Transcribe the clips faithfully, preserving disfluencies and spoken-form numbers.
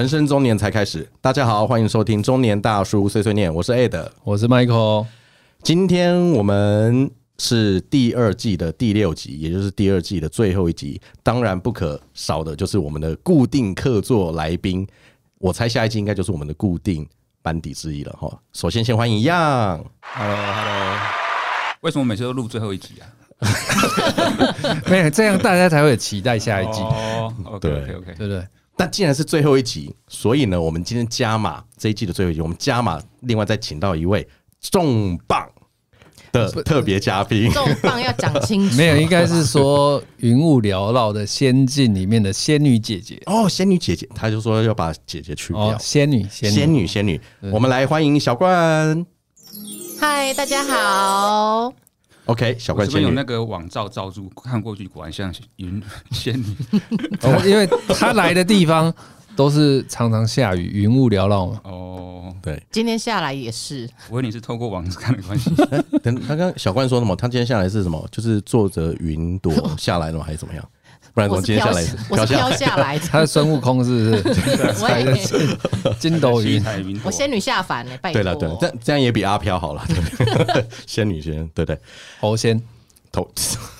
人生中年才开始。大家好，欢迎收听中年大叔碎碎念，我是 Ed， 我是 Michael。 今天我们是第二季的第六集，也就是第二季的最后一集。当然不可少的就是我们的固定客座来宾，我猜下一季应该就是我们的固定班底之一了哈。首先先欢迎样 ，Hello Hello， 为什么每次都录最后一集啊？ 没有这样，大家才会有期待下一季。 哦 ，OK OK OK， 对不对？ 但既然是最后一集，所以呢，我们今天加码这一季的最后一集，我们加码，另外再请到一位重磅的特别嘉宾。 重磅要讲清楚， 没有，应该是说云雾缭绕的仙境里面的仙女姐姐。 哦，仙女姐姐，她就说要把姐姐去掉。 哦，仙女，仙女， 仙女，仙女。我们来欢迎小冠。 嗨，大家好。 OK， 小冠仙女有那个网罩罩住，看过去果然像云仙女。 哦，因为她来的地方都是常常下雨，云雾缭绕嘛。 哦， 对， 今天下来也是。 我以为你是透过网子看的关系。 等他刚小冠说什么？他今天下来是什么？就是坐着云朵下来了吗？还是怎么样？不然我今天下来是我是飘下来的。 他是孙悟空是不是？踩着筋斗云。 我仙女下凡呢，拜托。 对了对了，这这样也比阿飘好了，对不对？仙女仙，对不对？ 猴仙头。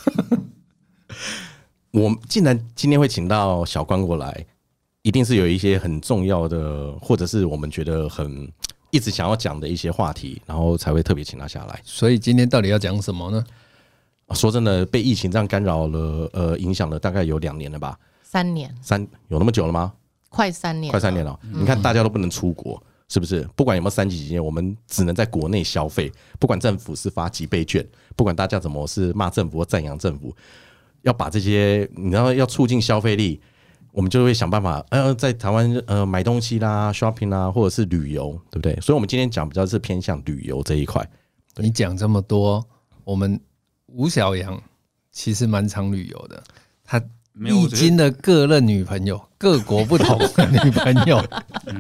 我既然今天会请到小冠过来，一定是有一些很重要的，或者是我们觉得很一直想要讲的一些话题，然后才会特别请他下来。 所以今天到底要讲什么呢？ 说真的，被疫情这样干扰了，呃，影响了大概有两年了吧？ 三年， 三有那么久了吗？ 快三年， 快三年了。嗯、你看，大家都不能出国，是不是？不管有没有三级警戒，我们只能在国内消费。不管政府是发几倍券，不管大家怎么是骂政府或赞扬政府，要把这些，你知道，要促进消费力，我们就会想办法，呃，在台湾呃买东西啦、shopping 啦，或者是旅游，对不对？所以，我们今天讲比较是偏向旅游这一块。 你讲这么多，我们。吴小阳其实蛮常旅游的，他历经了各任女朋友，各国不同的女朋友。 嗯，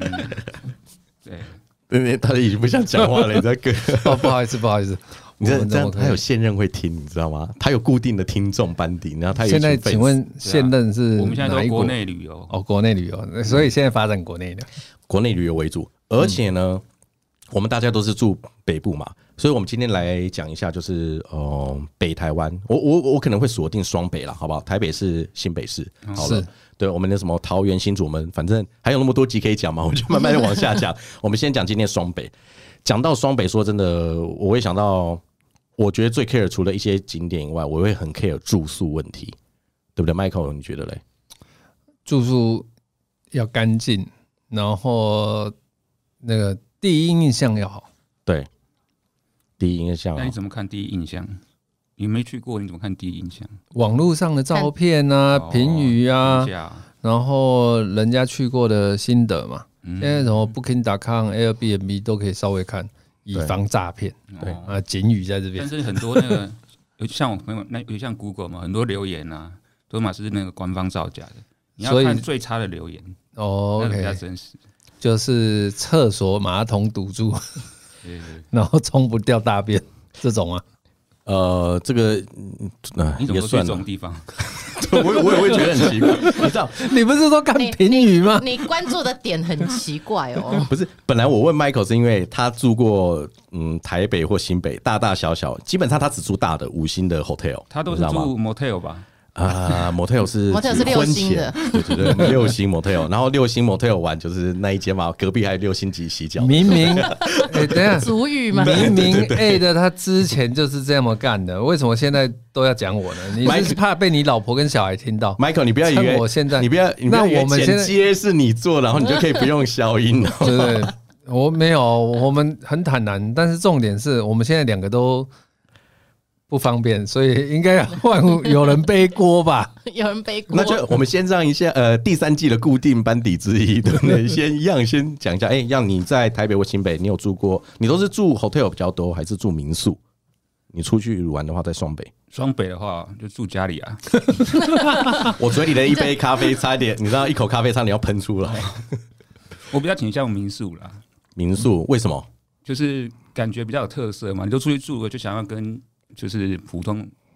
对，他已经不想讲话了，你在各哦，不好意思，不好意思， 你这这样他有现任会听，你知道吗？他有固定的听众班底，然后他有现在请问现任是我们现在都国内旅游哦，国内旅游，所以现在发展国内的， 国内旅游为主，而且呢，嗯、我们大家都是住北部嘛。所以，我们今天来讲一下，就是呃，北台湾，我我我可能会锁定双北啦，好不好？台北市、新北市，好了，对，我们的什么桃园、新竹，我们反正还有那么多集可以讲嘛，我就慢慢的往下讲。我们先讲今天双北，讲到双北，说真的，我会想到，我觉得最 care 除了一些景点以外，我会很 care 住宿问题，对不对 ？Michael， 你觉得嘞？ 住宿要干净，然后那个第一印象要好， 对。第一印象、啊， 那你怎么看第一印象？你没去过，你怎么看第一印象？ 网络上的照片啊、评语啊，然后人家去过的心得嘛。嗯、现在什么 Booking 点 com、Airbnb 都可以稍微看，以防诈骗。对啊，警语在这边。 但是很多那个，像我朋友那有像 Google 嘛，很多留言啊，都嘛是那个官方造假的。你要看最差的留言哦， 那个比较真实。 就是厕所马桶堵住。然后冲不掉大便这种啊， 呃，这个呃也算这种地方， 我我也会觉得很奇怪。你知道， 你不是说看评语吗你？你关注的点很奇怪哦。 不是，本来我问 Michael 是因为他住过嗯台北或新北，大大小小，基本上他只住大的五星的 hotel， 他都是住 motel 吧？ 啊 ，motel 是 motel 是六星的， 对对对，六星 motel， 然后六星 motel 玩就是那一间嘛，隔壁还有六星级洗脚。 明明，哎，等一下， 俗语嘛， 明明 A 的他之前就是这么干的，为什么现在都要讲我呢？你是怕被你老婆跟小孩听到 ？Michael， 你不要以为我现在， 你不要，那我们剪接是你做，然后你就可以不用消音了。 对对，我没有，我们很坦然，但是重点是我们现在两个都。不方便，所以应该换有人背锅吧？ 有人背锅， 那就我们先让一下呃第三季的固定班底之一，对不对？先一样先讲一下，哎、欸，让你在台北或新北，你有住过？你都是住 hotel 比较多，还是住民宿？你出去玩的话，在双北。 双北的话就住家里啊。 我嘴里的一杯咖啡差一点，你知道一口咖啡差点要喷出来。 我比较倾向民宿啦。 民宿为什么？ 就是感觉比较有特色嘛，你都出去住了，就想要跟就是普通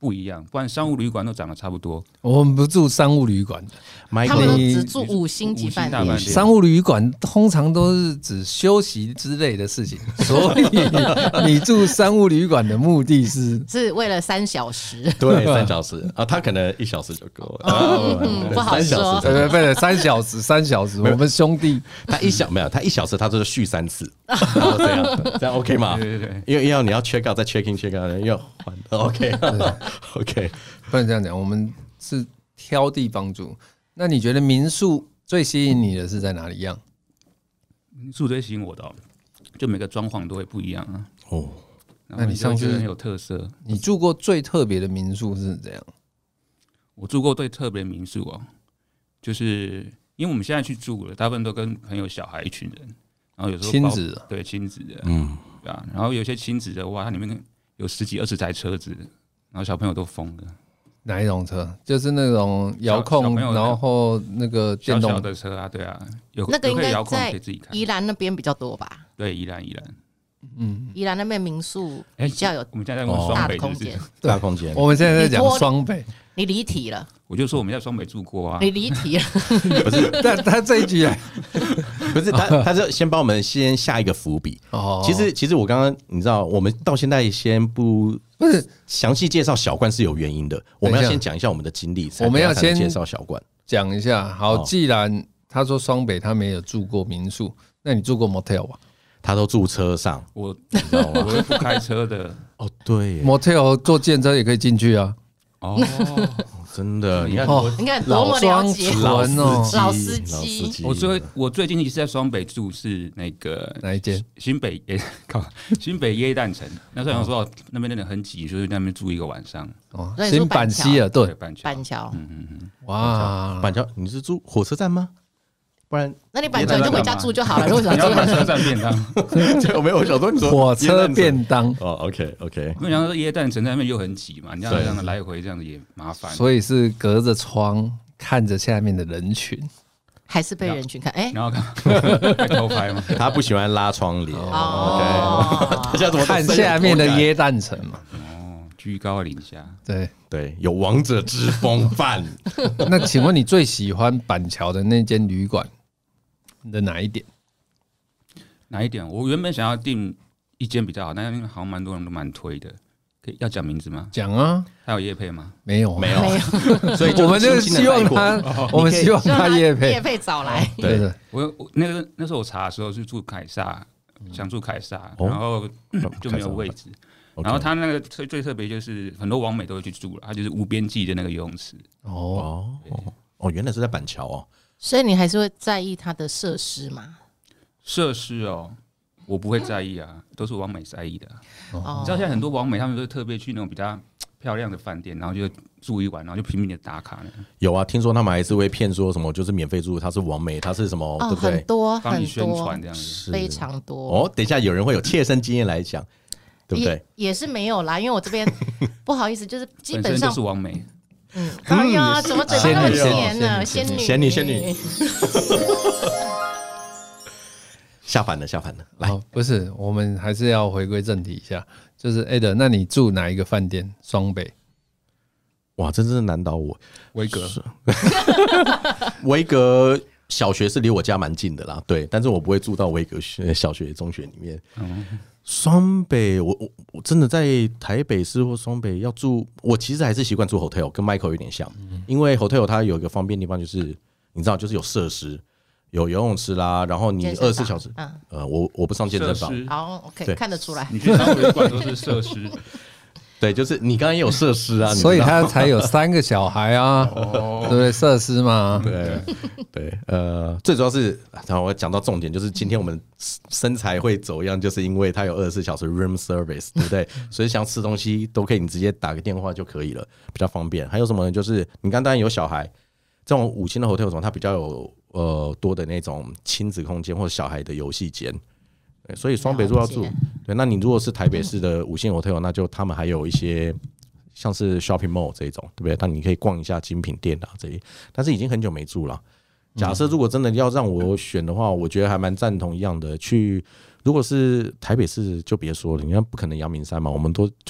不一样，不然商务旅馆都长得差不多。 我们不住商务旅馆的， 他们都只住五星级饭店。 商务旅馆通常都是指休息之类的事情，所以你住商务旅馆的目的是是为了三小时。 对，三小时啊，他可能一小时就够了。 哦嗯、不好说。 对对对，三小时，三小时，我们兄弟他一小没有，他一小时他就是续三次，然后这样这样 OK 吗？ 对对对， 因为要你要 check out 再 check in check out 要还 OK OK， 不能这样讲，我们是挑地方住。那你觉得民宿最吸引你的是在哪里样？ 民宿最吸引我的、哦，就每个装潢都会不一样啊。 哦， 那你上次很有特色。 你住过最特别的民宿是怎样？ 我住过最特别的民宿哦，就是因为我们现在去住了，大部分都跟朋友、小孩一群人，然后有时候亲子的， 对亲子的， 嗯， 对啊，然后有些亲子的哇，它里面有十几二十台车子，然后小朋友都疯了。 哪一种车？就是那种遥控，然后那个电动小小的车啊，对啊，有那个应该遥控在可以自己开。 宜兰那边比较多吧？ 对，宜兰宜兰， 嗯， 宜兰那边民宿比较有我们现在在问双北空间， 大空间。 我们现在在讲双北， 你离题了。 我就说我们在双北住过啊， 你离题了。 不是， 但他这一句不是他，他是先帮我们先下一个伏笔。哦，其实其实我刚刚你知道，我们到现在先不不是详细介绍小冠是有原因的，我们要先讲一下我们的经历， 我们要先介绍小冠， 讲一下。好，既然他说双北他没有住过民宿，那你住过 motel 吧？ 他都住车上， 我你知道吗？我又不开车的。 哦，对 ，motel 坐电车也可以进去啊。 哦， 真的，你看， 你看多么了解老哦， 老司机。 我最我最近一次在双北住是那个哪一间？ 新北耶，靠，新北耶诞城。那时候想说那边真的很挤，所以在那边住一个晚上。 哦，新板希尔顿， 板桥， 板桥， 嗯嗯嗯， 哇， 板桥，你是住火车站吗？不然， 那你板桥就回家住就好了。如果想住火车站便当， 我没有想说你说火车便当哦 ，OK OK。 因为想说耶诞城在那边又很挤嘛，你这样这样来回这样子也麻烦， 所以是隔着窗看着下面的人群， 还是被人群看？哎， 然后看偷拍吗？ 他不喜欢拉窗帘哦， 他现在怎么看下面的耶诞城嘛？ 哦，居高临下， 对对，有王者之风范。 那请问你最喜欢板桥的那间旅馆的哪一点？ 哪一点？我原本想要订一间比较好，但是好像蛮多人都蛮推的。可以要讲名字吗？ 讲啊。 他有业配吗？ 没有， 没有。所以我们就希望他，我们希望他业配， 业配找来。 对对。 我我那个那时候我查的时候是住凯撒，想住凯撒，然后就没有位置。然后他那个最最特别就是很多网美都会去住了，他就是无边际的那个游泳池。 哦哦，原来是在板桥哦。 所以你还是会在意它的设施吗？ 设施哦，我不会在意啊，都是网美在意的、啊。 哦、 你知道现在很多网美他们都特别去那种比较漂亮的饭店，然后就住一晚，然后就拼命的打卡呢。 有啊，听说他们还是会骗说什么就是免费住，他是网美，他是什么， 哦、 对不对？ 很多帮你宣传这样子， 非常多。 哦，等一下有人会有切身经验来讲，对不对？ 也, 也是没有啦，因为我这边不好意思，就是基本上就是网美。 嗯，哎呀，怎么嘴巴那么甜呢？仙女， 仙女，仙女，下凡了，下凡了。来， 不是，我们还是要回归正题一下，就是 Ed， 那你住哪一个饭店？双北？ 哇，真是难倒我。 维格， 维格小学是离我家蛮近的啦，对，但是我不会住到维格小学、中学里面。嗯双北，我我我真的在台北市或双北要住，我其实还是习惯住 hotel， 跟 Michael 有点像，嗯、因为 hotel 它有一个方便的地方，就是你知道，就是有设施，有游泳池啦，然后你二十四小时，嗯、呃，我我不上健身房， 好 ，OK， 看得出来， 你去商旅馆都是设施。 对，就是你刚刚也有设施啊， 所以他才有三个小孩啊， 哦、 对不对？设施嘛， 对对，呃，最主要是，然后我讲到重点，就是今天我们身材会走样，就是因为它有二十四小时 room service， 对不对？所以想吃东西都可以，你直接打个电话就可以了，比较方便。还有什么呢？就是你刚当然有小孩，这种五星的 hotel 它比较有呃多的那种亲子空间或者小孩的游戏间。所以双北住要住，对，那你如果是台北市的五星 hotel， 那就他们还有一些像是 shopping mall 这一种，对不对？那你可以逛一下精品店啊这些，但是已经很久没住了。假设如果真的要让我选的话，我觉得还蛮赞同一样的。去如果是台北市就别说了，你看不可能阳明山嘛，我们都就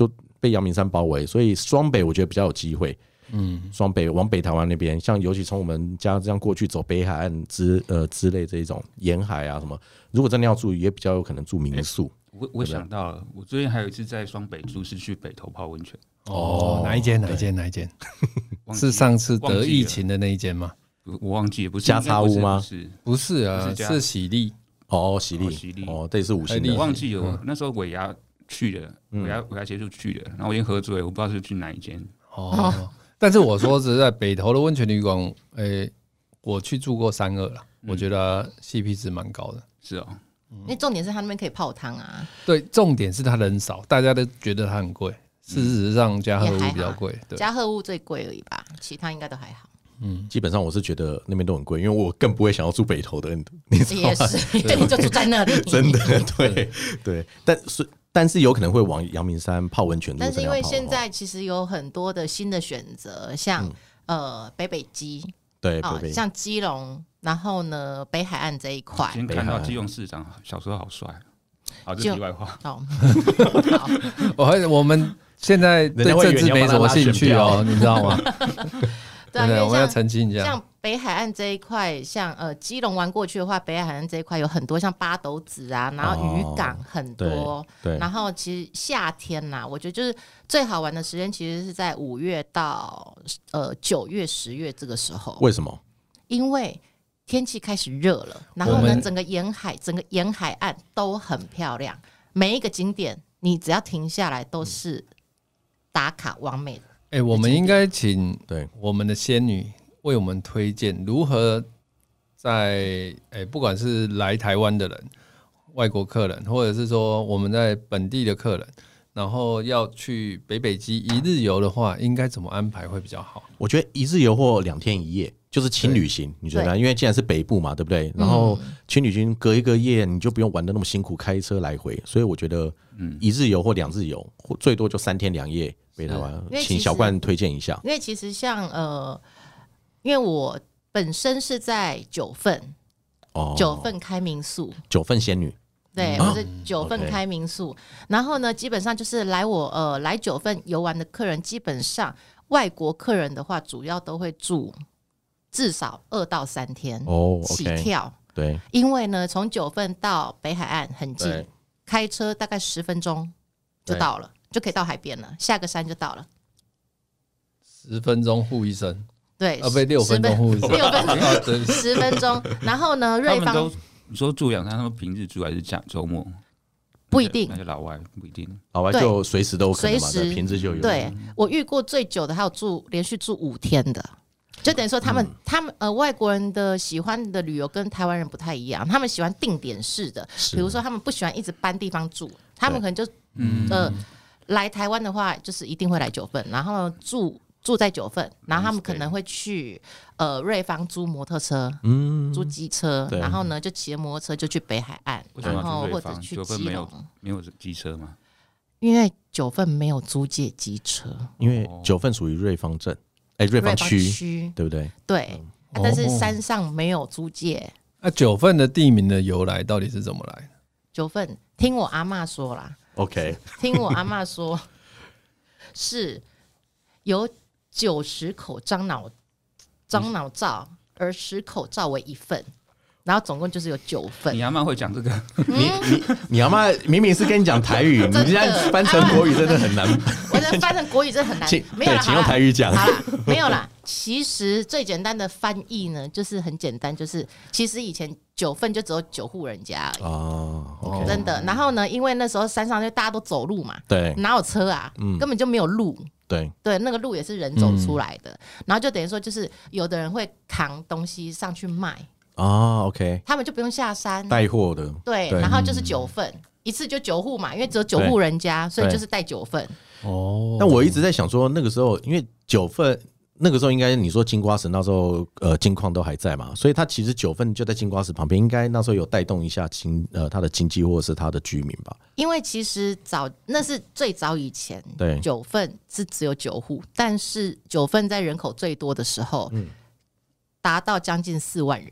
被阳明山包围，所以双北我觉得比较有机会。嗯，双北往北台湾那边，像尤其从我们家这样过去走北海岸之呃之类这一种沿海啊什么，如果真的要住，也比较有可能住民宿。 欸、我我想到了，我最近还有一次在双北住，是去北投泡温泉。 哦，哪一间？哪一间？哪一间？是上次得疫情的那一间吗？ 我忘记了，不是加差屋吗？ 不是， 不是啊，是喜力。 哦，喜力， 喜力， 哦，这也是五星的。 我忘记了，那时候尾牙去的，尾牙尾牙结束去的，然后我已经喝醉了，我不知道是去哪一间。 哦，但是我说实在，北投的温泉旅馆，诶、欸，我去住过三二了，嗯、我觉得 C P 值蛮高的。 是哦， 因为重点是他那边可以泡汤啊。 对，重点是它人少，大家都觉得它很贵。事实上，嘉禾屋比较贵， 嘉禾屋最贵而已吧，其他应该都还好。 嗯，基本上我是觉得那边都很贵，因为我更不会想要住北投的，你知道吗？ 也是，对，你就住在那里。 真的，对对，但是但是有可能会往阳明山泡温泉。 但是因为现在其实有很多的新的选择，像、嗯、呃北北基， 对， 哦、 北北像基隆，然后呢北海岸这一块。 今天看到基隆市长小时候好帅。好，这是题外话。 好， 我还我们现在对政治没什么兴趣哦，你知道吗？ 对， 对，我们要澄清一下。 像北海岸这一块，像呃基隆玩过去的话，北海岸这一块有很多像八斗子啊，然后渔港很多。哦、 对。 然后其实夏天呐、啊，我觉得就是最好玩的时间，其实是在五月到呃九月、十月这个时候。 为什么？ 因为天气开始热了，然后呢，整个沿海、整个沿海岸都很漂亮，每一个景点你只要停下来都是打卡完美的。 哎、欸，我们应该请对我们的仙女为我们推荐如何在哎、欸，不管是来台湾的人、外国客人，或者是说我们在本地的客人，然后要去北北基一日游的话，应该怎么安排会比较好？ 我觉得一日游或两天一夜就是轻旅行，你觉得？因为既然是北部嘛，对不对？然后轻旅行隔一个夜，你就不用玩得那么辛苦，开车来回。所以我觉得，一日游或两日游，或最多就三天两夜。北台湾，请小冠推荐一下。 因为其实像呃，因为我本身是在九份，哦，九份开民宿， 九份仙女， 对，我是九份开民宿。嗯、然后呢，基本上就是来我呃来九份游玩的客人，基本上外国客人的话，主要都会住至少二到三天哦起跳。 对， 因为呢，从九份到北海岸很近，开车大概十分钟就到了。就可以到海边了，下个山就到了。 十分钟护一生， 对， 啊，被六分钟护一生， 六分钟，十分钟。然后呢，瑞芳， 你说住两天，他们平日住还是讲周末？ 不一定， 那就老外不一定， 老外就随时都有可能嘛，随时平日就有。 对，我遇过最久的还有住连续住五天的。就等于说他们，嗯、他们呃外国人的喜欢的旅游跟台湾人不太一样，他们喜欢定点式的，比如说他们不喜欢一直搬地方住，他们可能就嗯呃。来台湾的话，就是一定会来九份，然后住住在九份，然后他们可能会去呃瑞芳租摩托车，嗯，租机车，然后呢就骑着摩托车就去北海岸，然后或者去基隆。 没有机车吗？ 因为九份没有租借机车， 因为九份属于瑞芳镇，哎、欸，瑞芳区，对不对？ 对，嗯、但是山上没有租借。 那、啊、九份的地名的由来到底是怎么来的？ 九份听我阿嬷说啦。 OK， 听我阿嬷说，是有九十口樟脑樟脑灶，而十口灶为一份，然后总共就是有九份。 你阿嬷会讲这个？ 你你你阿嬷明明是跟你讲台语，你现在翻成国语真的很难。 我觉得翻成国语真的很难。没有啦， 请用台语讲。 好啦，没有啦。其实最简单的翻译呢，就是很简单，就是其实以前九份就只有九户人家而已。哦 okay 真的。然后呢，因为那时候山上就大家都走路嘛， 对， 哪有车啊？嗯、根本就没有路。 对对，那个路也是人走出来的。嗯、然后就等于说，就是有的人会扛东西上去卖。 哦 OK， 他们就不用下山带货的。 对，对然后就是九份、嗯，一次就九户嘛，因为只有九户人家，所以就是带九份。 哦，但我一直在想说，那个时候因为九份。那个时候应该你说金瓜石那时候呃金矿都还在嘛，所以它其实九份就在金瓜石旁边，应该那时候有带动一下经呃它的经济或者是它的居民吧。 因为其实早那是最早以前， 对， 九份是只有九户，但是九份在人口最多的时候，嗯，达到将近四万人。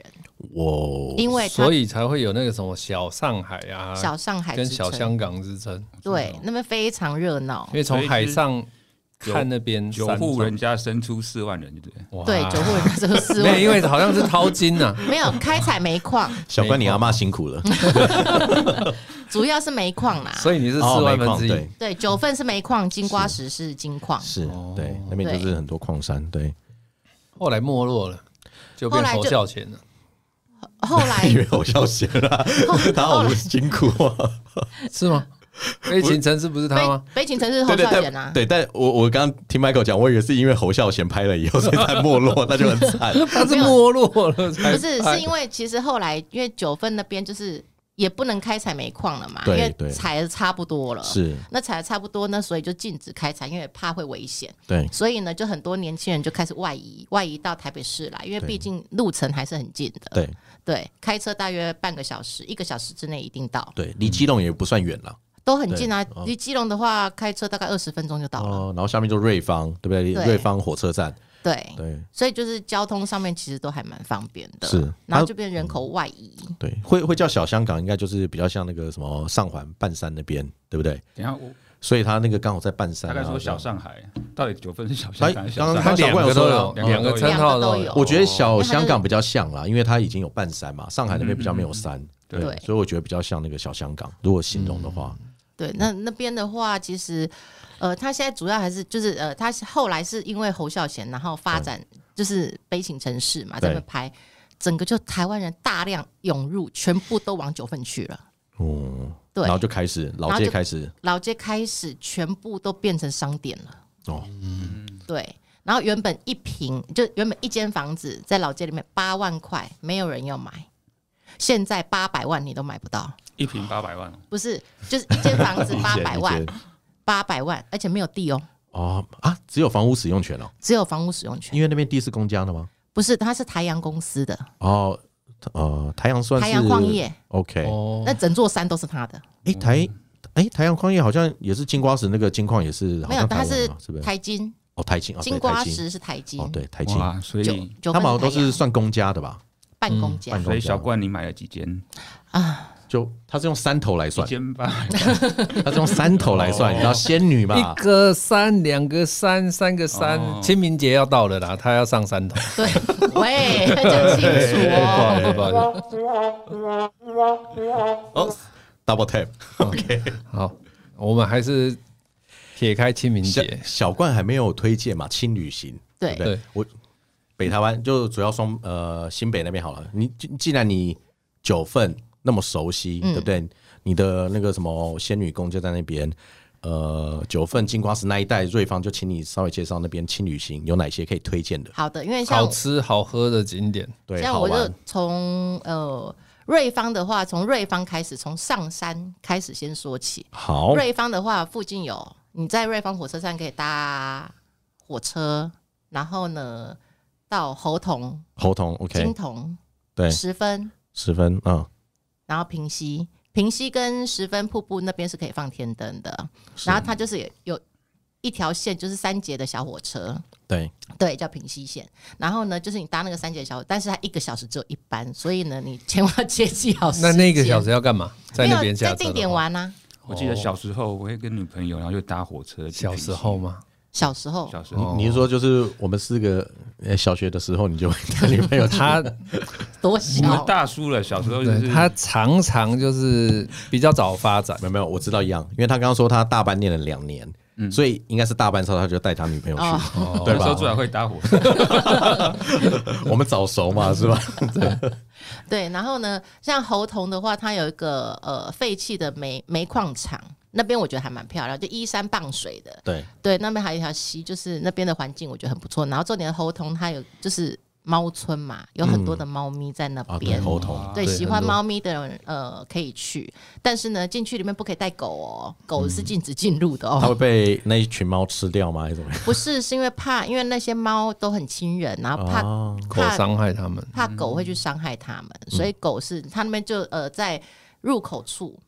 我因为所以才会有那个什么小上海啊， 小上海跟小香港之称。 对，那边非常热闹， 因为从海上看那边九户人家生出四万人，对不对？对，九户人家生出四万人， 没有，因为好像是淘金呐、啊， 没有开采煤矿。 小关，你阿嬷辛苦了， 主要是煤矿啦， 所以你是四万分之一、哦。 对，九份是煤矿，金瓜石是金矿， 是，对，那边就是很多矿山，对。 后来没落了，就变侯孝贤了。 后来以为侯孝贤啦，他好辛苦啊， 是吗？悲情城市不是他吗？ 悲情城市是侯孝贤啊。 对，但我我刚刚听 Michael 讲，我以为是因为侯孝贤拍了以后，所以才没落，那就很惨。 他是没落了，不是，是因为其实后来因为九份那边就是也不能开采煤矿了嘛，因为采的差不多了。 是， 那采的差不多呢，所以就禁止开采，因为怕会危险。 对， 所以呢，就很多年轻人就开始外移，外移到台北市来，因为毕竟路程还是很近的。 对， 对，开车大约半个小时，一个小时之内一定到。 对，离基隆也不算远了。 都很近啊，离基隆的话，开车大概二十分钟就到了。 哦，然后下面就瑞芳，对不对？瑞芳火车站。 对对， 所以就是交通上面其实都还蛮方便的。 是， 然后就变人口外移。 嗯、对，会会叫小香港，应该就是比较像那个什么上环半山那边，对不对？ 等一下我。 所以他那个刚好在半山、啊。 大概说小上海，到底九份是小香港还是小上海？ 刚刚两个都有，两个称号都有。 我觉得小香港比较像啦，因为它已经有半山嘛，上海那边比较没有山，嗯、对，对所以我觉得比较像那个小香港。如果形容的话。嗯对，那那边的话，其实，呃，他现在主要还是就是，呃，他后来是因为侯孝贤，然后发展就是悲情城市嘛，在那边拍，整个就台湾人大量涌入，全部都往九份去了。 哦， 对， 然后就开始老街开始， 老街开始全部都变成商店了。 哦，嗯， 对，然后原本一坪就原本一间房子在老街里面八万块，没有人要买，现在八百万你都买不到。 一坪八百万， 不是，就是一间房子八百万，八百万，而且没有地哦。 哦啊，只有房屋使用权哦， 只有房屋使用权， 因为那边地是公家的吗？ 不是，它是台阳公司的。 哦，呃，台阳算是台阳矿业 ，OK， 那整座山都是他的。 哎、欸，台哎、欸、台阳矿业好像也是金瓜石那个金矿也是， 没有，它是台金哦，台金， 金瓜石是台金， 哦对，台金， 所以他们好像都是算公家的吧？ 半公家， 所以小冠你买了几间啊？ 就他是用山头来算， 间吧， 他是用山头来算，你知道仙女嘛？ 一个山，两个山，三个山，清明节要到了啦，他要上山头。 对，喂，讲清楚哦。 不好意思， 哦 ，double tap，OK， 好，我们还是撇开清明节， 小冠还没有推荐嘛？轻旅行，对不对？我北台湾就主要双呃新北那边好了，你既然你九份。那么熟悉，对不对？你的那个什么仙女宫就在那边，呃，九份金瓜石那一带，瑞芳就请你稍微介绍那边轻旅行有哪些可以推荐的。 好的，因为像好吃好喝的景点， 对， 像我就从呃瑞芳的话，从瑞芳开始，从上山开始先说起。 好， 瑞芳的话，附近有你在瑞芳火车站可以搭火车，然后呢到猴硐， 猴硐 OK， 金铜对， 十分十分嗯。 然后平溪，平溪跟十分瀑布那边是可以放天灯的，然后它就是有有一条线，就是三节的小火车， 对对，叫平溪线。然后呢，就是你搭那个三节小火，但是它一个小时只有一班，所以呢，你千万要接记好时间。 那那个小时要干嘛？在那边下车在定点玩啊。 我记得小时候我会跟女朋友，然后就搭火车。 小时候吗？ 小时候， 小时候， 你是说就是我们四个小学的时候，你就会跟女朋友他多小？ 我们大叔了，小时候就是他常常就是比较早发展。 没有没有，我知道一样，因为他刚刚说他大班念了两年，嗯、所以应该是大班时候他就带他女朋友去，哦、对吧？ 那时候最好会搭火车， 我们早熟嘛，是吧？ 对对，然后呢，像猴硐的话，它有一个呃废弃的煤煤矿厂。那边我觉得还蛮漂亮，就依山傍水的。 对对，那边还有一条溪，就是那边的环境我觉得很不错。然后重点的猴硐它有就是猫村嘛，有很多的猫咪在那边。 嗯啊、对，猴硐对，喜欢猫咪的人呃可以去，但是呢进去里面不可以带狗哦，狗是禁止进入的哦。 它会被那一群猫吃掉吗？还是怎么样？ 不是，是因为怕，因为那些猫都很亲人，然后怕、 啊、 狗伤害它们， 怕狗会去伤害它们，嗯、所以狗是它那边就呃在入口处。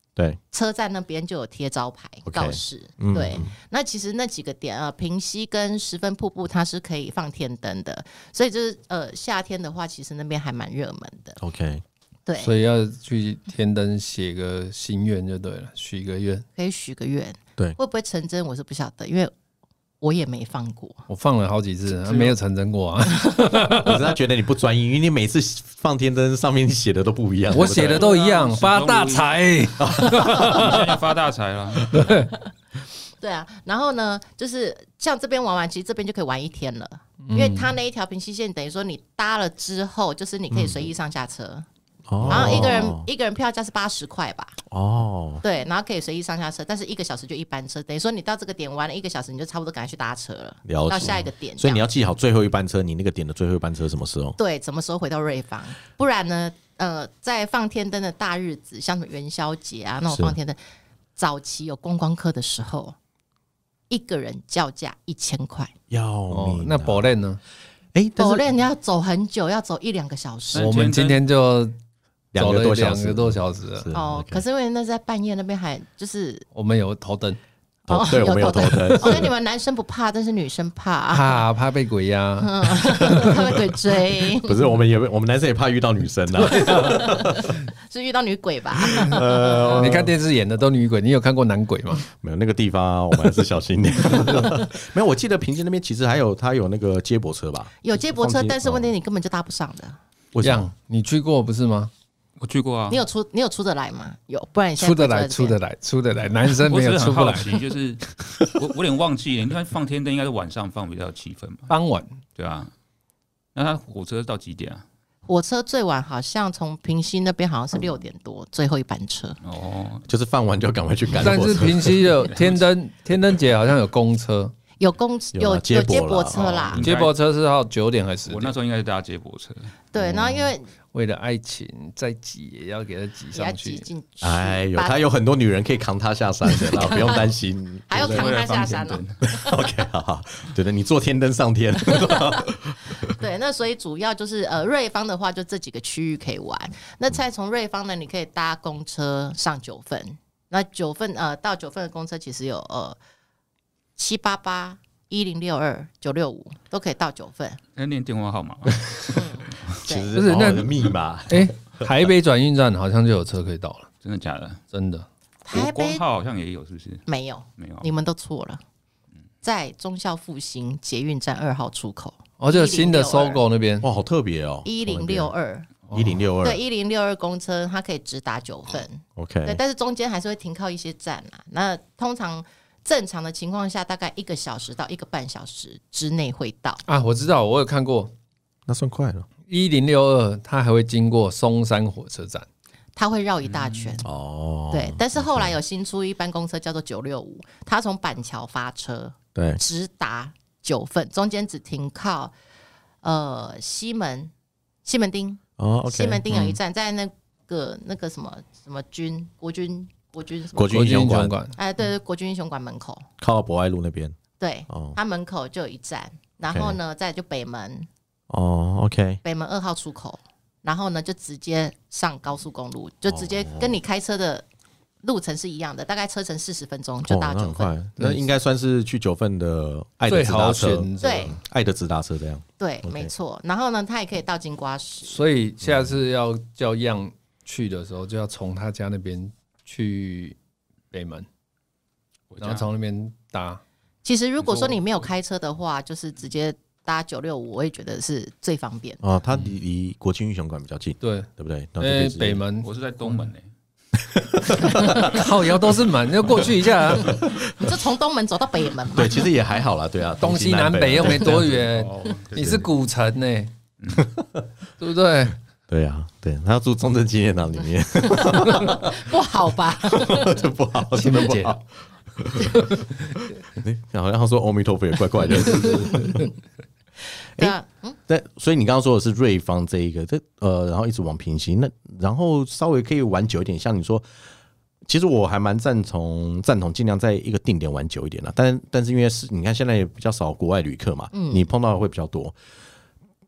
对， 车站那边就有贴招牌告示。Okay, 对、嗯，那其实那几个点啊，平溪跟十分瀑布它是可以放天灯的，所以就是呃夏天的话，其实那边还蛮热门的。 OK， 对， 所以要去天灯写个心愿就对了，许个愿， 可以许个愿。 对， 会不会成真我是不晓得，因为我也没放过， 我放了好几次，他没有成真过啊。 可是他觉得你不专一，因为你每次放天灯上面写的都不一样， 我写的都一样，发大财。 你现在发大财了， 对对啊。然后呢，就是像这边玩完，其实这边就可以玩一天了，因为他那一条平溪线等于说你搭了之后，就是你可以随意上下车。嗯然后一个人、哦、一个人票价是八十块吧？哦，对，然后可以随意上下车，但是一个小时就一班车，等于说你到这个点玩了一个小时，你就差不多赶快去搭车了， 了解到下一个点。 所以你要记好最后一班车，你那个点的最后一班车什么时候？ 对，什么时候回到瑞芳？不然呢？呃，在放天灯的大日子，像什么元宵节啊那种放天灯，早期有观光客的时候，一个人叫价一千块， 要命、啊！ 那保练呢？ 哎， 保练你要走很久，要走一两个小时。 我们今天就。 两个多小时， 两个多小时哦。可是因为那在半夜那边还就是我们有头灯， 哦，对，我们有头灯。 我跟你们男生不怕，但是女生怕， 怕怕被鬼压， 嗯、怕被鬼追。 不是，我们也我们男生也怕遇到女生啊， 是遇到女鬼吧？ 呃，你看电视演的都女鬼，你有看过男鬼吗？ 没有，那个地方、啊、我们还是小心点。没有，我记得平溪那边其实还有他有那个接驳车吧？ 有接驳车，但是问题你根本就搭不上的。 这样，你去过不是吗？ 我去过啊。 你有出你有出得来吗？有，不然你现在出得来，出得来，出得来。男生没有出不来， 就是我我有点忘记了。你看放天灯应该是晚上放比较有气氛吧？ 傍晚， 对啊。那他火车到几点啊？ 火车最晚好像从平溪那边好像是六点多，最后一班车。 哦， 就是放完就赶快去赶。 但是平溪的天灯天灯节好像有公车。 有公有有接驳车啦， 接驳车是到九点还是十点？ 我那时候应该是搭接驳车。 对，然后因为为了爱情再挤也要给他挤上去。 哎呦，他有很多女人可以扛他下山的，然后不用担心。 还要扛他下山呢。 OK， 好好，对的，你坐天灯上天。 对，那所以主要就是呃瑞芳的话，就这几个区域可以玩。那再从瑞芳呢，你可以搭公车上九份。那九份呃到九份的公车其实有呃。七八八一零六二九六五都可以到九份。 要念电话号码， 嗯、 其实是那个密码。 哎、欸，台北转运站好像就有车可以到了， 真的假的？ 真的。 台北号好像也有，是不是？ 没有， 没有， 你们都错了。在忠孝复兴捷运站二号出口， 哦，就新的搜狗那边， 哇，好特别哦， 一零六二。 一零六二对一零六二公车，它可以直达九份。 OK， 对，但是中间还是会停靠一些站啊。那通常。正常的情况下，大概一个小时到一个半小时之内会到啊。我知道，我有看过， 那算快了。 一零六二，它还会经过松山火车站， 它会绕一大圈、 嗯、哦。 对，但是后来有新出一班公车叫做九六五，它从板桥发车， 对， 直达九份，中间只停靠呃西门西门町哦、okay, 西门町有一站，嗯、在那个那个什么什么军国军。国军国军英雄馆， 哎，对对，国军英雄馆门口， 靠到博爱路那边。 对，哦，它门口就有一站，然后呢， okay. 再就北门。 哦 ，OK。 北门二号出口，然后呢，就直接上高速公路，就直接跟你开车的路程是一样的，大概车程四十分钟就到九份。 哦、那, 那应该算是去九份的爱的直达车， 对， 爱的直达车这样。 对， okay. 没错。然后呢，它也可以到金瓜石。 所以下次要叫样去的时候，就要从他家那边。去北门，然后从那边搭。 其实如果说你没有开车的话，就是直接搭九六五，我也觉得是最方便。 哦，它离离国军英雄馆比较近， 对对不对？ 因为北门， 我是在东门诶， 靠腰都是门，要过去一下。 你就从东门走到北门嘛。 对，其实也还好啦，对啊， 东西南北又没多远。你是古城呢，对不对？ 对啊，对，他要住中正纪念堂里面， 不好吧？ 这不好，真的不好。好像他说阿弥陀佛也怪怪的。 对啊，嗯， 对，所以你刚刚说的是瑞芳这一个，这呃，然后一直往平溪，那然后稍微可以玩久一点，像你说，其实我还蛮赞同赞同尽量在一个定点玩久一点啦，但但是因为是你看现在也比较少国外旅客嘛，嗯，你碰到的会比较多。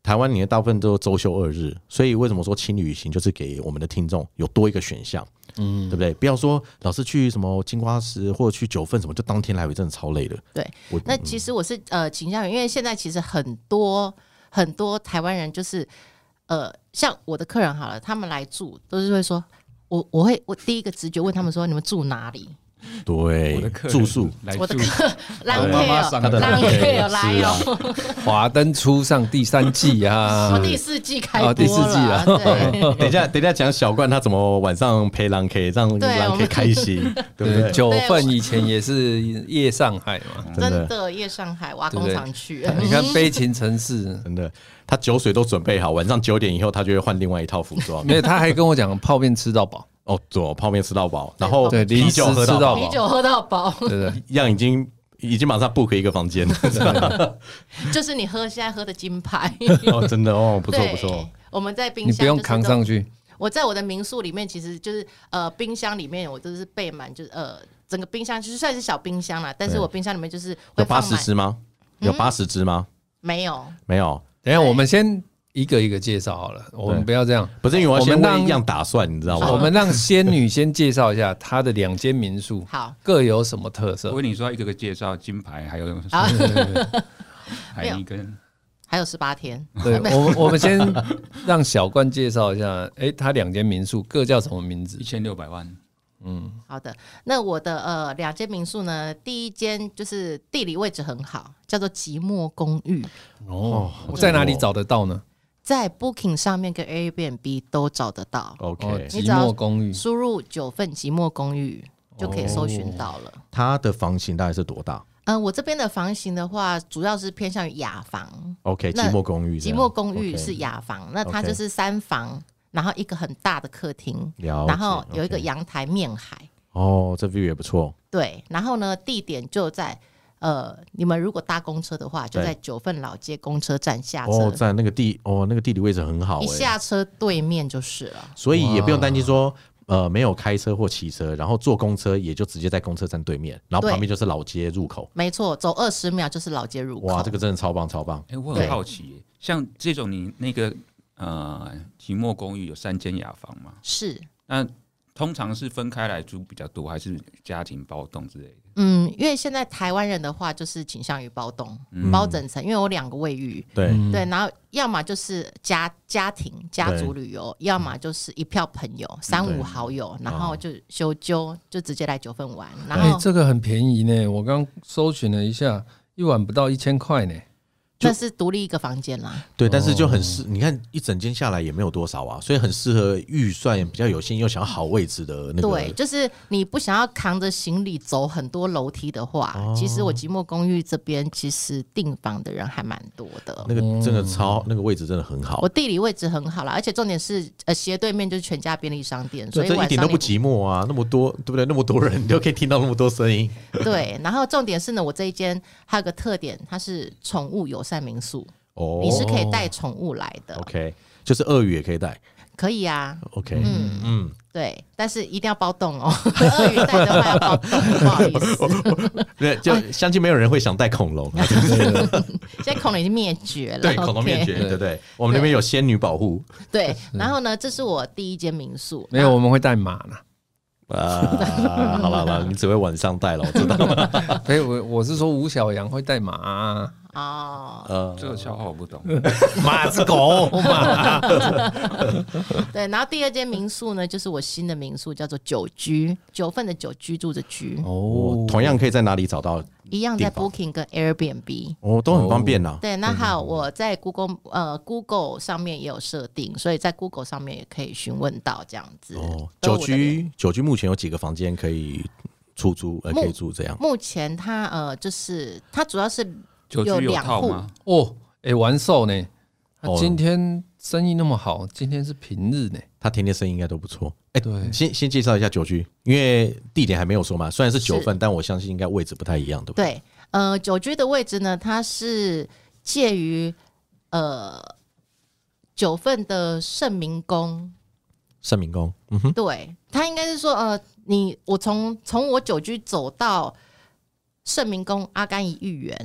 台湾你的大部分都周休二日，所以为什么说轻旅行就是给我们的听众有多一个选项，嗯，对不对？不要说老是去什么金瓜石或者去九份什么，就当天来回真的超累的。 对，那其实我是呃倾向于，因为现在其实很多很多台湾人就是呃，像我的客人好了，他们来住都是会说，我我会我第一个直觉问他们说，你们住哪里？ 对，住宿， 我的客浪费哦，浪费哦，来哦， 华灯初上第三季啊， 第四季开播了， 第四季了。 对， 等一下，等一下讲小冠他怎么晚上陪狼 K 让狼 K 开心，对不对？ 九份以前也是夜上海嘛， 真的夜上海，挖工厂去。 你看悲情城市， 真的，他酒水都准备好，晚上九点以后他就会换另外一套服装。 没有，他还跟我讲泡面吃到饱。 哦，对，泡面吃到饱，然后啤酒喝到饱， 啤酒喝到饱， 对对， 一样已经已经马上 book 一个房间了， 就是你喝现在喝的金牌哦，真的哦，不错不错。 我们在冰箱， 你不用扛上去。 我在我的民宿里面，其实就是呃冰箱里面我都是备满，就是呃整个冰箱就是算是小冰箱啦，但是我冰箱里面就是有八十只吗？有八十只吗？ 没有， 没有。 等一下我们先。一个一个介绍好了，我们不要这样， 不是因为我先为一样打算，你知道吗？ 我们让仙女先介绍一下她的两间民宿， 好， 各有什么特色？ 我跟你说，一个个介绍，金牌还有海尼根， 还有十八天。 对，我们我们先让小冠介绍一下，哎，他两间民宿各叫什么名字？ 一千六百万。 嗯，好的。那我的呃两间民宿呢，第一间就是地理位置很好，叫做寂寞公寓。 哦，在哪里找得到呢？ 在 Booking 上面跟 Airbnb 都找得到。 OK， 寂寞公寓， 输入九份寂寞公寓就可以搜寻到了。 它的房型大概是多大？ 嗯、呃，我这边的房型的话，主要是偏向于雅房。 OK， 寂寞公寓， 寂寞公寓是雅房， okay，那它就是三房，然后一个很大的客厅，然后有一个阳台面海。 哦，这 view 也不错。 对，然后呢，地点就在。呃，你们如果搭公车的话，就在九份老街公车站下车。 哦，在那个地哦，那个地理位置很好， 一下车对面就是了。 所以也不用担心说，呃，没有开车或骑车，然后坐公车也就直接在公车站对面，然后旁边就是老街入口。 没错，走二十秒就是老街入口。 哇，这个真的超棒超棒！ 哎、欸，我很好奇，像这种你那个呃寂寞公寓有三间雅房吗？ 是。 那通常是分开来住比较多，还是家庭包栋之类的？ 嗯，因为现在台湾人的话就是倾向于包栋、嗯、包整层，因为我两个卫浴， 对对，然后要么就是家家庭家族旅游，要么就是一票朋友三五好友，然后就休揪就直接来九份玩。然后、 欸、这个很便宜呢，我刚搜寻了一下，一晚不到一千块呢。 那是独立一个房间啦， 对，但是就很适，你看一整间下来也没有多少啊，所以很适合预算比较有限又想要好位置的那个。 对，就是你不想要扛着行李走很多楼梯的话，哦、其实我寂寞公寓这边其实订房的人还蛮多的。 那个真的超，那个位置真的很好。 我地理位置很好啦，而且重点是呃斜对面就是全家便利商店，所以这一点都不寂寞啊，那么多对不对？那么多人你都可以听到那么多声音。 对，然后重点是呢，我这一间还有个特点，它是宠物友善民宿。哦，你是可以带宠物来的。 OK， 就是鳄鱼也可以带。 可以啊。 OK， 嗯嗯， 对，但是一定要包栋哦。鳄鱼带的话要包栋，不好意思。 对，就相信没有人会想带恐龙。 现在恐龙已经灭绝了。 对，恐龙灭绝，对不对？我们那边有仙女保护。 对，然后呢，这是我第一间民宿。 没有，我们会带马呢。 啊，好了好了，你只会晚上带了，我知道了。 所以我我是说吴小阳会带马、啊。 哦， 呃，这个笑话我不懂。 马是狗马。 对，然后第二间民宿呢，就是我新的民宿，叫做九居，九份的九居住的居。 哦，同样可以在哪里找到？ 一样在 Booking 跟 Airbnb。 哦，都很方便呐、啊。 对，那还有我在 Google 呃 Google 上面也有设定，所以在 Google 上面也可以询问到这样子。哦， 九居九居目前有几个房间可以出租？呃，可以住这样。 目前它呃就是它主要是。 有两户吗？ 哦，哎、欸，完售呢。他今天生意那么好，今天是平日呢。 他天天生意应该都不错。哎、欸，对，先先介绍一下九居，因为地点还没有说嘛。虽然是九份，但我相信应该位置不太一样，对不对？ 对，呃，九居的位置呢，它是介于呃九份的圣明宫。 圣明宫，嗯哼， 对，它应该是说，呃，你我从从我九居走到圣明宫阿甘怡御园。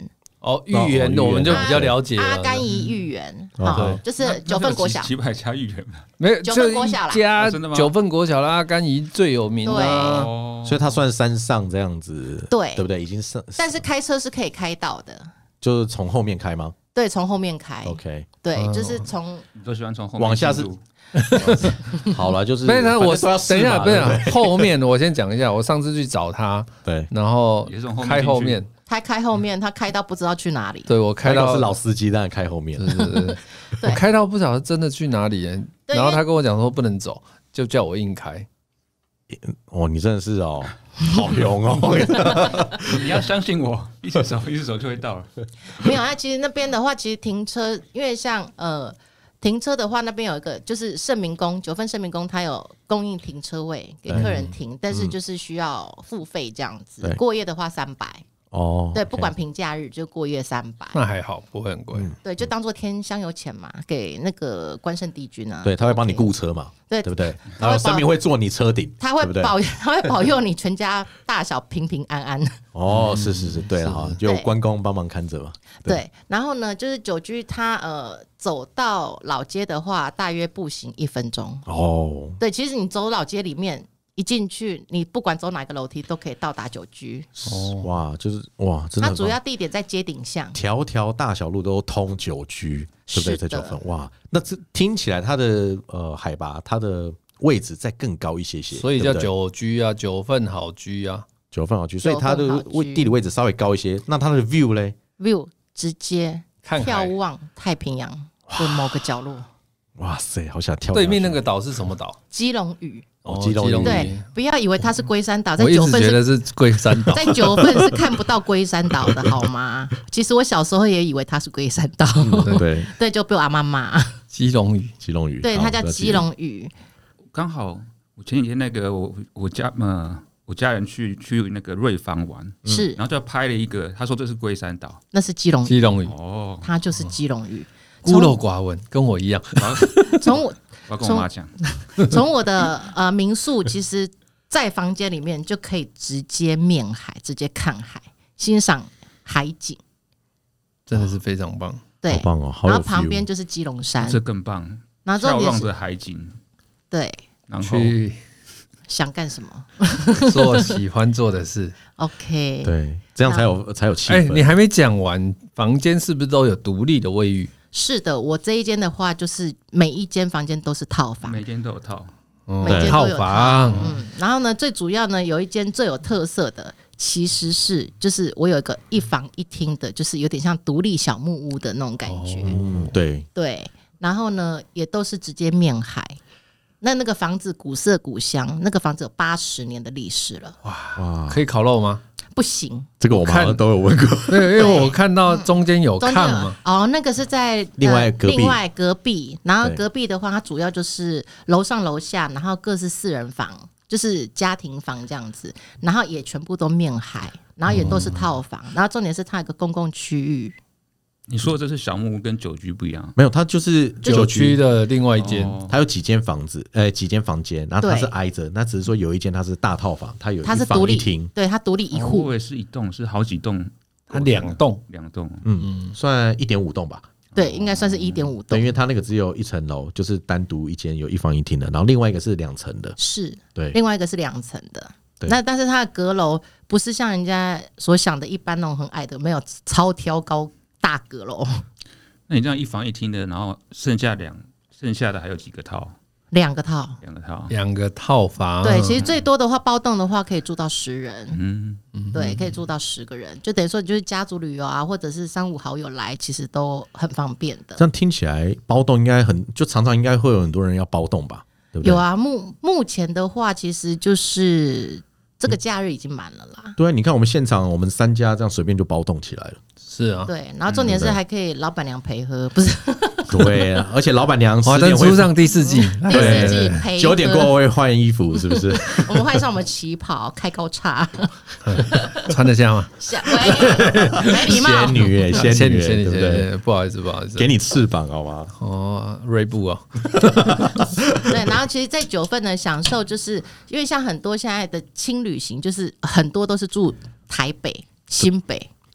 哦，芋圆我们就比较了解了。 阿甘怡芋圆，好，就是九份国小几百家芋圆嘛， 没有九份国小啦， 加九份国小啦，阿甘怡最有名的， 所以它算山上这样子， 对对不对？已经上， 但是开车是可以开到的， 就是从后面开吗？ 对，从后面开。 OK， 对，就是从你都喜欢从后面往下是。好了，就是不是我等一下，不是后面我先讲一下，我上次去找他， 对， 然后开后面， 他开后面，他开到不知道去哪里。 对我开到是老司机，当然开后面。 对对对，我开到不晓得真的去哪里，然后他跟我讲说不能走，就叫我硬开。 哦，你真的是哦，好勇哦！ 你要相信我，一直走，一直走就会到了。 没有啊，其实那边的话，其实停车，因为像呃。停车的话，那边有一个就是圣明宫，九份圣明宫，它有供应停车位给客人停，但是就是需要付费这样子。过夜的话三百哦，对， okay. 不管平假日就过夜三百， 那还好，不会很贵。 对，就当做添香油钱嘛，给那个关圣帝君啊。 对，他会帮你雇车嘛，对对不对？然后神明会坐你车顶， 他会保，他会保佑你全家大小平平安安。 哦，是是是，对哈，就关公帮忙看着嘛。 对，然后呢，就是九居他呃走到老街的话，大约步行一分钟。哦，对，其实你走老街里面一进去，你不管走哪个楼梯都可以到达九居。 哦，哇，就是哇，真的。 它主要地点在街顶巷， 条条大小路都通九居，对不对？在九份，哇，那这听起来它的呃海拔，它的位置再更高一些些， 所以叫九居啊，九份好居啊， 九份好居，所以它的地理位置稍微高一些。那它的 view 嘞 ？view 直接眺望太平洋的某个角落。 哇塞，好想跳！ 对面那个岛是什么岛？ 基隆屿。 哦，基隆屿。 对，不要以为它是龟山岛，在九份觉得是龟山岛， 在九份是看不到龟山岛的好吗？其实我小时候也以为它是龟山岛， 嗯、对对，就被我阿妈骂。 基隆屿， 基隆屿， 对，它叫基隆屿。 刚好我前几天那个我我家呃。我家人去去那个瑞芳玩， 是， 然后就拍了一个，他说这是龟山岛， 那是基隆基隆屿哦， 它就是基隆屿， 孤陋寡闻，跟我一样。 从我我要跟我妈讲， 从我的呃民宿，其实在房间里面就可以直接面海，直接看海，欣赏海景， 真的是非常棒， 对， 好棒哦！好有 feel， 然后旁边就是基隆山， 这更棒， 然后眺望着海景， 对， 然后想干什么？ 做喜欢做的事。 OK， 对，这样才有才有气氛。 哎、欸，你还没讲完，房间是不是都有独立的卫浴？ 是的，我这一间的话，就是每一间房间都是套房， 每间都有套， 嗯、每间都有套房。 嗯，然后呢，最主要呢，有一间最有特色的，其实是就是我有一个一房一厅的，就是有点像独立小木屋的那种感觉。 嗯，对对，然后呢，也都是直接面海。那那个房子古色古香，那个房子有八十年的历史了。 哇，可以烤肉吗？ 不行， 这个我们好像都有问过。 对，因为我看到中间有炕嘛。 哦，那个是在另外隔壁， 另外隔壁。然后隔壁的话，它主要就是楼上楼下，然后各是四人房，就是家庭房这样子。然后也全部都面海，然后也都是套房。嗯、然后重点是它有个公共区域。 你说的这是小木屋跟九居不一样？ 没有，它就是九居的另外一间， 哦、它有几间房子，呃，几间房间，然后它是挨着，那只是说有一间它是大套房，它有一房一厅， 对，它独立一户。 我以为是一栋，是好几栋， 它两栋， 两栋， 嗯，算一点五栋吧。 对，应该算是一点五栋， 因为它那个只有一层楼，就是单独一间有一房一厅的，然后另外一个是两层的， 是， 对， 另外一个是两层的。那但是它的阁楼不是像人家所想的一般那种很矮的，没有超挑高大阁楼。 那你这样一房一厅的，然后剩下两剩下的还有几个套？ 两个套， 两个套， 两个套房。 对，其实最多的话，包栋的话可以住到十人。 嗯， 对，可以住到十个人，就等于说就是家族旅游啊，或者是三五好友来，其实都很方便的。 这样听起来，包栋应该很，就常常应该会有很多人要包栋吧？对不对？ 有啊，目目前的话，其实就是这个假日已经满了啦。 对啊，你看我们现场，我们三家这样随便就包栋起来了。 是啊， 对，然后重点是还可以老板娘陪喝，不是？ 对啊，而且老板娘华灯初上第四季， 第四季陪九点过后会换衣服，是不是？ 我们换上我们旗袍，开高叉， 穿得下吗？ 下，没礼貌， 仙女哎，仙女， 仙女， 对不对？ 不好意思，不好意思， 给你翅膀好吗？ 哦，锐步啊。 对，然后其实，在九份的享受，就是因为像很多现在的轻旅行，就是很多都是住台北、新北。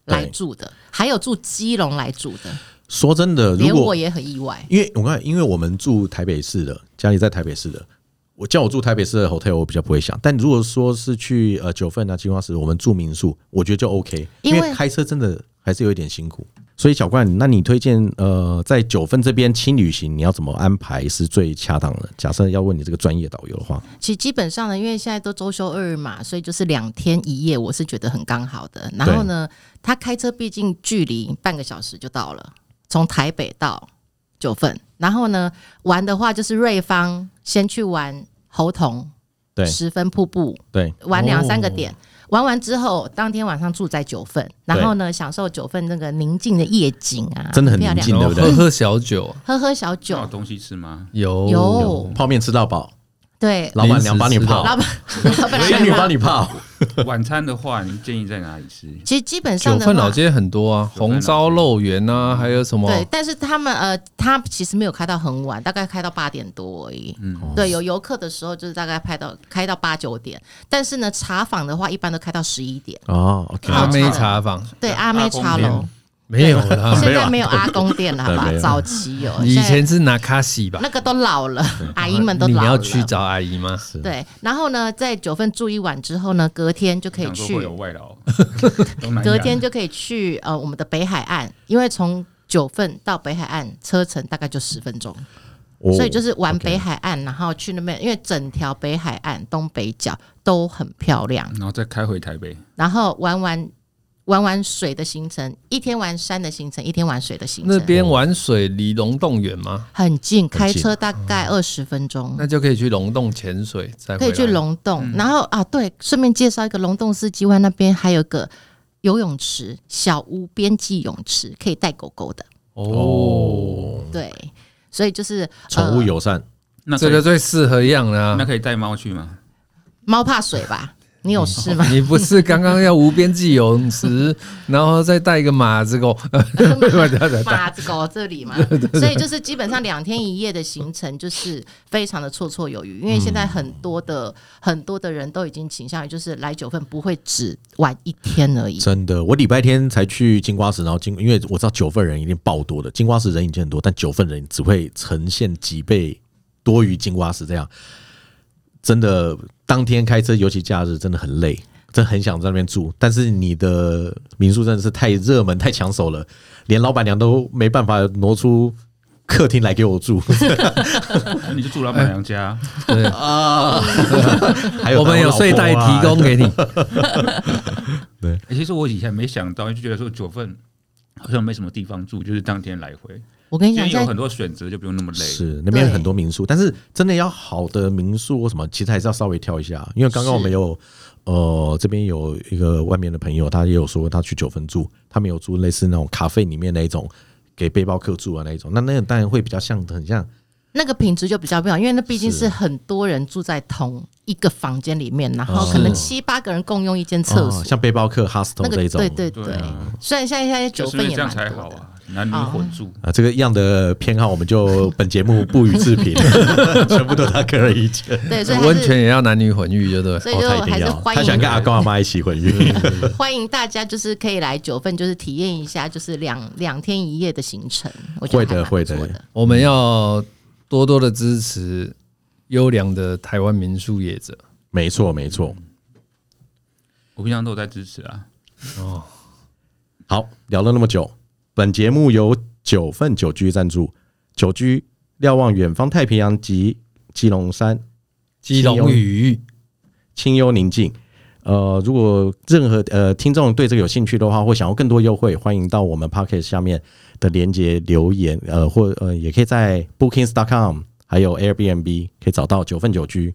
来住的，还有住基隆来住的。 说真的， 连我也很意外， 因为我看，因为我们住台北市的，家里在台北市的，我叫我住台北市的 hotel， 我比较不会想。但如果说是去呃九份啊、金瓜石，我们住民宿，我觉得就 OK， 因为开车真的还是有一点辛苦。所以小冠，那你推荐呃在九份这边轻旅行，你要怎么安排是最恰当的？假设要问你这个专业导游的话， 其实基本上呢，因为现在都周休二日嘛，所以就是两天一夜，我是觉得很刚好的。然后呢，他开车毕竟距离半个小时就到了。从台北到九份，然后呢玩的话就是瑞芳，先去玩猴硐，对，十分瀑布，对，玩两三个点，哦、玩完之后，当天晚上住在九份，然后呢享受九份那个宁静的夜景啊， 真的很宁静，对不对？ 喝喝小酒， 喝喝小酒， 有东西吃吗？ 有有泡面吃到饱。 对， 老板娘帮你泡， 老板仙女帮你泡。 晚餐的话，你建议在哪里吃？ 其实基本上九份老街很多啊，红烧肉圆啊，还有什么？ 对，但是他们呃，他其实没有开到很晚，大概开到八点多而已。嗯，对，有游客的时候就是大概开到开到八九点，但是呢，茶坊的话一般都开到十一点。 哦 ，OK， 阿妹茶坊， 对，阿妹茶楼。 没有了， 现在没有阿公店了，好吧？早期有， 以前是拿卡西吧， 那个都老了，阿姨们都老了。 你要去找阿姨吗？ 对，然后呢，在九份住一晚之后呢，隔天就可以去， 会有外劳， 隔天就可以去呃我们的北海岸，因为从九份到北海岸车程大概就十分钟。哦、所以就是玩北海岸， okay. 然后去那边，因为整条北海岸东北角都很漂亮， 然后再开回台北， 然后玩玩。玩玩水的行程，一天玩山的行程，一天玩水的行程。 那边玩水离龙洞远吗？ 很近，开车大概二十分钟、嗯。 那就可以去龙洞潜水，再可以去龙洞、嗯。然后啊，对，顺便介绍一个龙洞四季湾那边还有个游泳池，小屋边际泳池，可以带狗狗的。 哦， 对，所以就是宠物友善、呃， 那这个最适合养了、啊。 那可以带猫去吗？ 猫怕水吧？你有事吗？ 你不是刚刚要无边际泳池，然后再带一个马子狗， 马子狗这里嘛，所以就是基本上两天一夜的行程就是非常的绰绰有余，因为现在很多的、嗯、很多的人都已经倾向于就是来九份不会只玩一天而已。 真的，我礼拜天才去金瓜石，然后金因为我知道九份人一定爆多的，金瓜石人已经很多，但九份人只会呈现几倍多于金瓜石这样。真的，当天开车，尤其假日，真的很累，真的很想在那边住。但是你的民宿真的是太热门、太抢手了，连老板娘都没办法挪出客厅来给我住。 你就住老板娘家， 对啊，还有我们有睡袋提供给你。 对、 欸，其实我以前没想到，就觉得说九份好像没什么地方住，就是当天来回。 我跟你讲， 有很多选择，就不用那么累。 是那边有很多民宿，但是真的要好的民宿或什么，其实还是要稍微挑一下。因为刚刚我们有呃这边有一个外面的朋友，他也有说他去九份住，他们有住类似那种咖啡里面那一种给背包客住的那一种，那那个当然会比较像很像。 那个品质就比较不一样，因为那毕竟是很多人住在同一个房间里面，然后可能七八个人共用一间厕所、哦， 像背包客 hostel 这一种。 对对 对, 对、啊，虽然现在现在九份也蛮多的。就是男女混住、 哦、啊，这个样的偏好我们就本节目不予置评，全部都是他个人意见。 对，所以温泉也要男女混浴，对不对？ 所以就还是欢迎、 哦、他想跟阿公阿妈一起混浴。 欢迎大家就是可以来九份，就是体验一下，就是两两天一夜的行程。我觉得还蛮不错的， 会的，会的。 我们要多多的支持优良的台湾民宿业者。 没错，没错。 我平常都有在支持啊。 哦，好，聊了那么久。本节目由九份久居赞助，久居瞭望远方太平洋及基隆山、 基隆屿， 清幽宁静。呃，如果任何呃听众对这个有兴趣的话，或想要更多优惠，欢迎到我们 Podcast 下面的连结留言，呃，或呃也可以在 bookings dot com 还有 Airbnb 可以找到九份久居。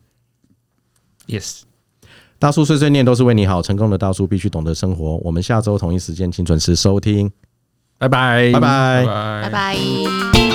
Yes， 大叔碎碎念都是为你好，成功的大叔必须懂得生活。我们下周同一时间请准时收听。拜拜， 拜拜拜， 拜拜。